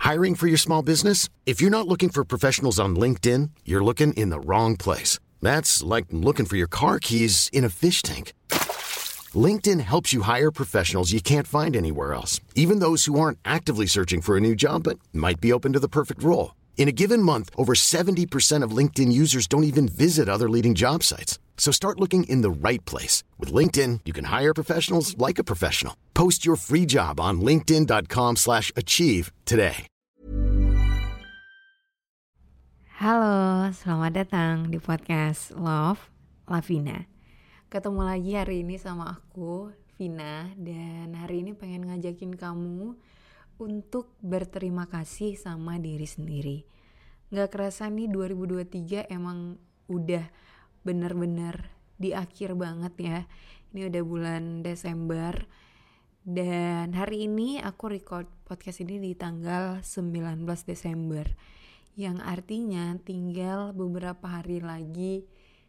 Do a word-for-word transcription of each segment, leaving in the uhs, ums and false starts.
Hiring for your small business? If you're not looking for professionals on LinkedIn, you're looking in the wrong place. That's like looking for your car keys in a fish tank. LinkedIn helps you hire professionals you can't find anywhere else, even those who aren't actively searching for a new job but might be open to the perfect role. In a given month, over seventy percent of LinkedIn users don't even visit other leading job sites. So start looking in the right place. With LinkedIn, you can hire professionals like a professional. Post your free job on linkedin.com slash achieve today. Halo, selamat datang di podcast Love, Lavina. Ketemu lagi hari ini sama aku, Vina. Dan hari ini pengen ngajakin kamu untuk berterima kasih sama diri sendiri. Gak kerasa nih dua ribu dua puluh tiga emang udah bener-bener di akhir banget ya. Ini udah bulan Desember. Dan hari ini aku record podcast ini di tanggal sembilan belas Desember. Yang artinya tinggal beberapa hari lagi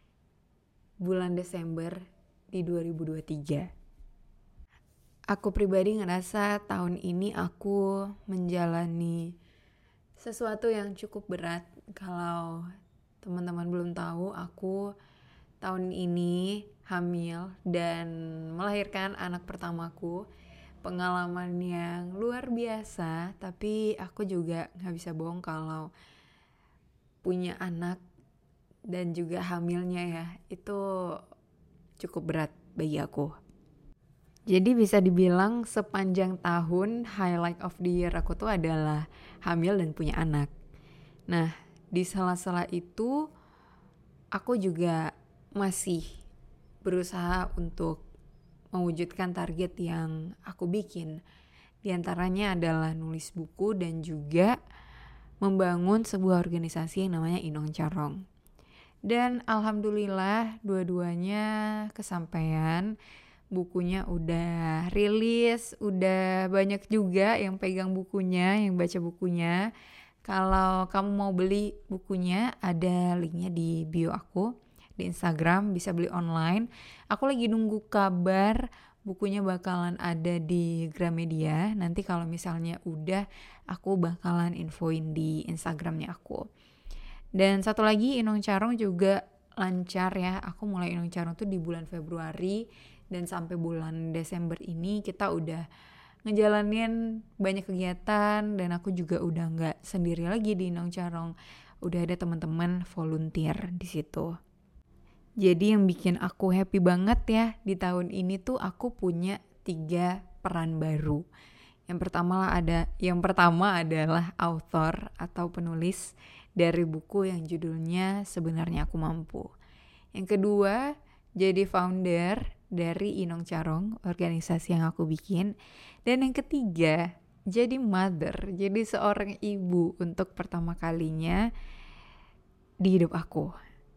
bulan Desember di dua ribu dua puluh tiga. Aku pribadi ngerasa tahun ini aku menjalani sesuatu yang cukup berat. Kalau teman-teman belum tahu, aku tahun ini hamil dan melahirkan anak pertamaku. Pengalaman yang luar biasa, tapi aku juga gak bisa bohong kalau punya anak dan juga hamilnya ya, itu cukup berat bagi aku. Jadi bisa dibilang sepanjang tahun highlight of the year aku tuh adalah hamil dan punya anak. Nah, di sela-sela itu aku juga masih berusaha untuk mewujudkan target yang aku bikin. Di antaranya adalah nulis buku dan juga membangun sebuah organisasi yang namanya Inong Carong. Dan alhamdulillah dua-duanya kesampaian. Bukunya udah rilis, udah banyak juga yang pegang bukunya, yang baca bukunya. Kalau kamu mau beli bukunya, ada linknya di bio aku di Instagram, bisa beli online. Aku lagi nunggu kabar bukunya bakalan ada di Gramedia. Nanti kalau misalnya udah, aku bakalan infoin di Instagramnya aku. Dan satu lagi, Inong Carong juga lancar ya. Aku mulai Inong Carong tuh di bulan Februari, dan sampai bulan Desember ini kita udah ngejalanin banyak kegiatan, dan aku juga udah nggak sendiri lagi di Inong Carong. Udah ada teman-teman volunteer di situ. Jadi yang bikin aku happy banget ya di tahun ini tuh aku punya tiga peran baru. Yang pertama lah ada, yang pertama adalah author atau penulis dari buku yang judulnya Sebenarnya Aku Mampu. Yang kedua, jadi founder dari Inong Carong, organisasi yang aku bikin. Dan yang ketiga, jadi mother, jadi seorang ibu untuk pertama kalinya di hidup aku.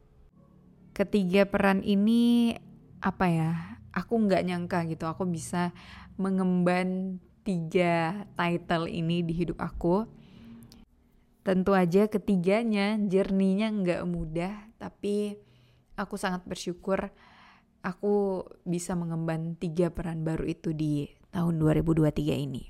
Ketiga peran ini apa ya, aku gak nyangka gitu aku bisa mengemban tiga title ini di hidup aku. Tentu aja ketiganya journey-nya gak mudah, tapi aku sangat bersyukur aku bisa mengemban tiga peran baru itu di tahun dua ribu dua puluh tiga ini.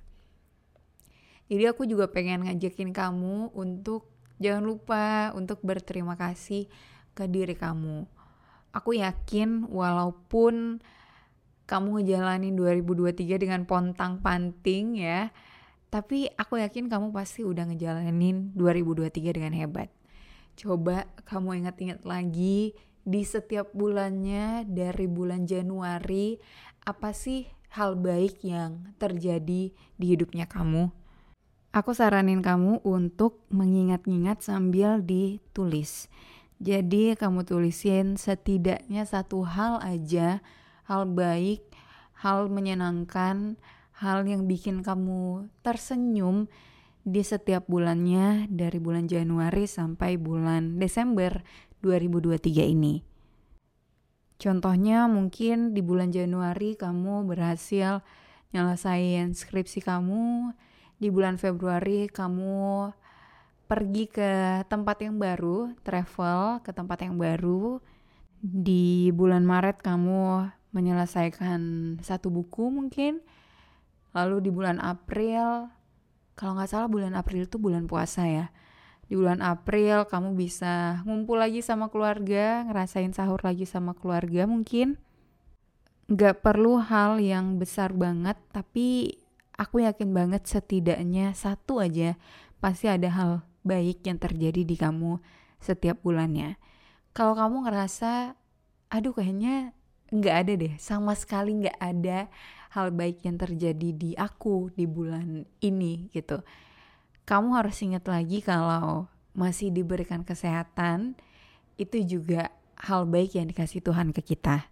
Jadi aku juga pengen ngajakin kamu untuk jangan lupa untuk berterima kasih ke diri kamu. Aku yakin walaupun kamu ngejalanin dua ribu dua puluh tiga dengan pontang-panting ya, tapi aku yakin kamu pasti udah ngejalanin dua ribu dua puluh tiga dengan hebat. Coba kamu ingat-ingat lagi di setiap bulannya dari bulan Januari, apa sih hal baik yang terjadi di hidupnya kamu? Aku saranin kamu untuk mengingat-ingat sambil ditulis. Jadi kamu tulisin setidaknya satu hal aja, hal baik, hal menyenangkan, hal yang bikin kamu tersenyum di setiap bulannya dari bulan Januari sampai bulan Desember dua ribu dua puluh tiga ini. Contohnya mungkin di bulan Januari kamu berhasil nyelesain skripsi kamu, di bulan Februari kamu pergi ke tempat yang baru, travel ke tempat yang baru. Di bulan Maret kamu menyelesaikan satu buku mungkin. Lalu di bulan April kalau nggak salah bulan April itu bulan puasa ya. Di bulan April kamu bisa ngumpul lagi sama keluarga, ngerasain sahur lagi sama keluarga mungkin. Nggak perlu hal yang besar banget, tapi aku yakin banget setidaknya satu aja pasti ada hal baik yang terjadi di kamu setiap bulannya. Kalau kamu ngerasa, aduh kayaknya nggak ada deh, sama sekali nggak ada hal baik yang terjadi di aku di bulan ini gitu. Kamu harus ingat lagi kalau masih diberikan kesehatan, itu juga hal baik yang dikasih Tuhan ke kita.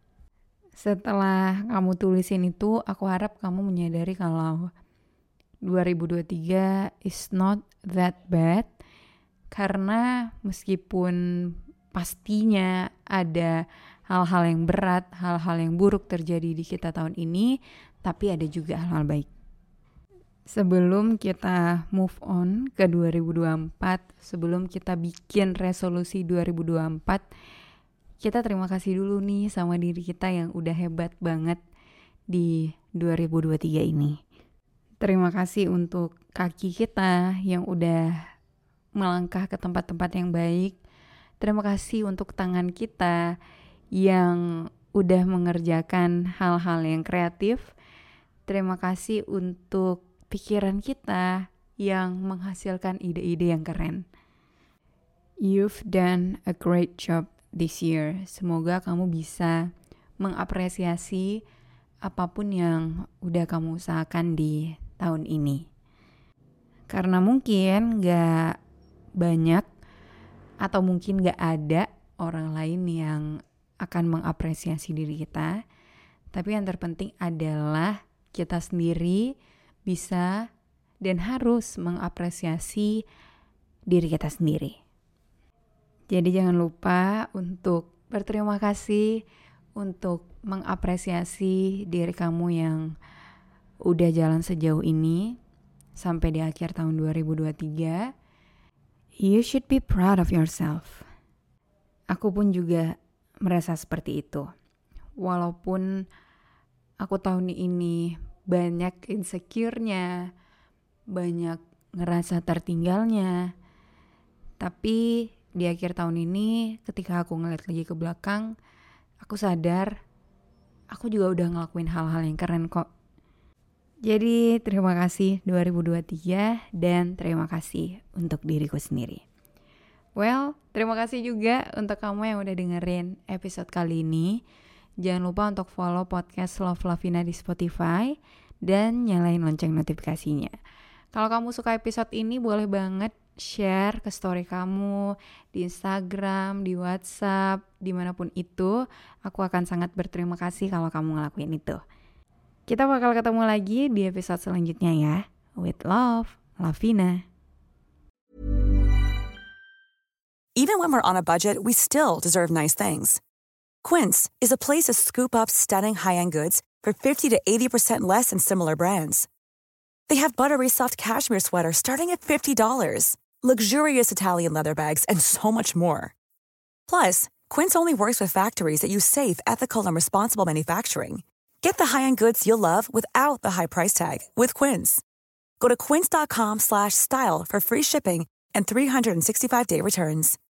Setelah kamu tulisin itu, aku harap kamu menyadari kalau dua ribu dua puluh tiga is not that bad. Karena meskipun pastinya ada hal-hal yang berat, hal-hal yang buruk terjadi di kita tahun ini, tapi ada juga hal-hal baik. Sebelum kita move on ke dua ribu dua puluh empat, sebelum kita bikin resolusi dua ribu dua puluh empat, kita terima kasih dulu nih sama diri kita yang udah hebat banget di dua ribu dua puluh tiga ini. Terima kasih untuk kaki kita yang udah melangkah ke tempat-tempat yang baik. Terima kasih untuk tangan kita yang udah mengerjakan hal-hal yang kreatif. Terima kasih untuk pikiran kita yang menghasilkan ide-ide yang keren. You've done a great job this year. Semoga kamu bisa mengapresiasi apapun yang udah kamu usahakan di tahun ini. Karena mungkin gak banyak atau mungkin gak ada orang lain yang akan mengapresiasi diri kita. Tapi yang terpenting adalah kita sendiri bisa dan harus mengapresiasi diri kita sendiri. Jadi jangan lupa untuk berterima kasih, untuk mengapresiasi diri kamu yang udah jalan sejauh ini sampai di akhir tahun dua ribu dua puluh tiga. You should be proud of yourself. Aku pun juga merasa seperti itu. Walaupun aku tahun ini banyak insecure-nya, banyak ngerasa tertinggalnya. Tapi di akhir tahun ini ketika aku ngeliat lagi ke belakang, aku sadar aku juga udah ngelakuin hal-hal yang keren kok. Jadi terima kasih dua ribu dua puluh tiga dan terima kasih untuk diriku sendiri. Well, terima kasih juga untuk kamu yang udah dengerin episode kali ini. Jangan lupa untuk follow podcast Love Lavina di Spotify dan nyalain lonceng notifikasinya. Kalau kamu suka episode ini, boleh banget share ke story kamu di Instagram, di WhatsApp, dimanapun itu. Aku akan sangat berterima kasih kalau kamu ngelakuin itu. Kita bakal ketemu lagi di episode selanjutnya ya. With love, Lavina. Even when we're on a budget, we still deserve nice things. Quince is a place to scoop up stunning high-end goods for fifty to eighty percent less than similar brands. They have buttery soft cashmere sweaters starting at fifty dollars, luxurious Italian leather bags, and so much more. Plus, Quince only works with factories that use safe, ethical, and responsible manufacturing. Get the high-end goods you'll love without the high price tag with Quince. Go to quince.com slash style for free shipping and three sixty-five day returns.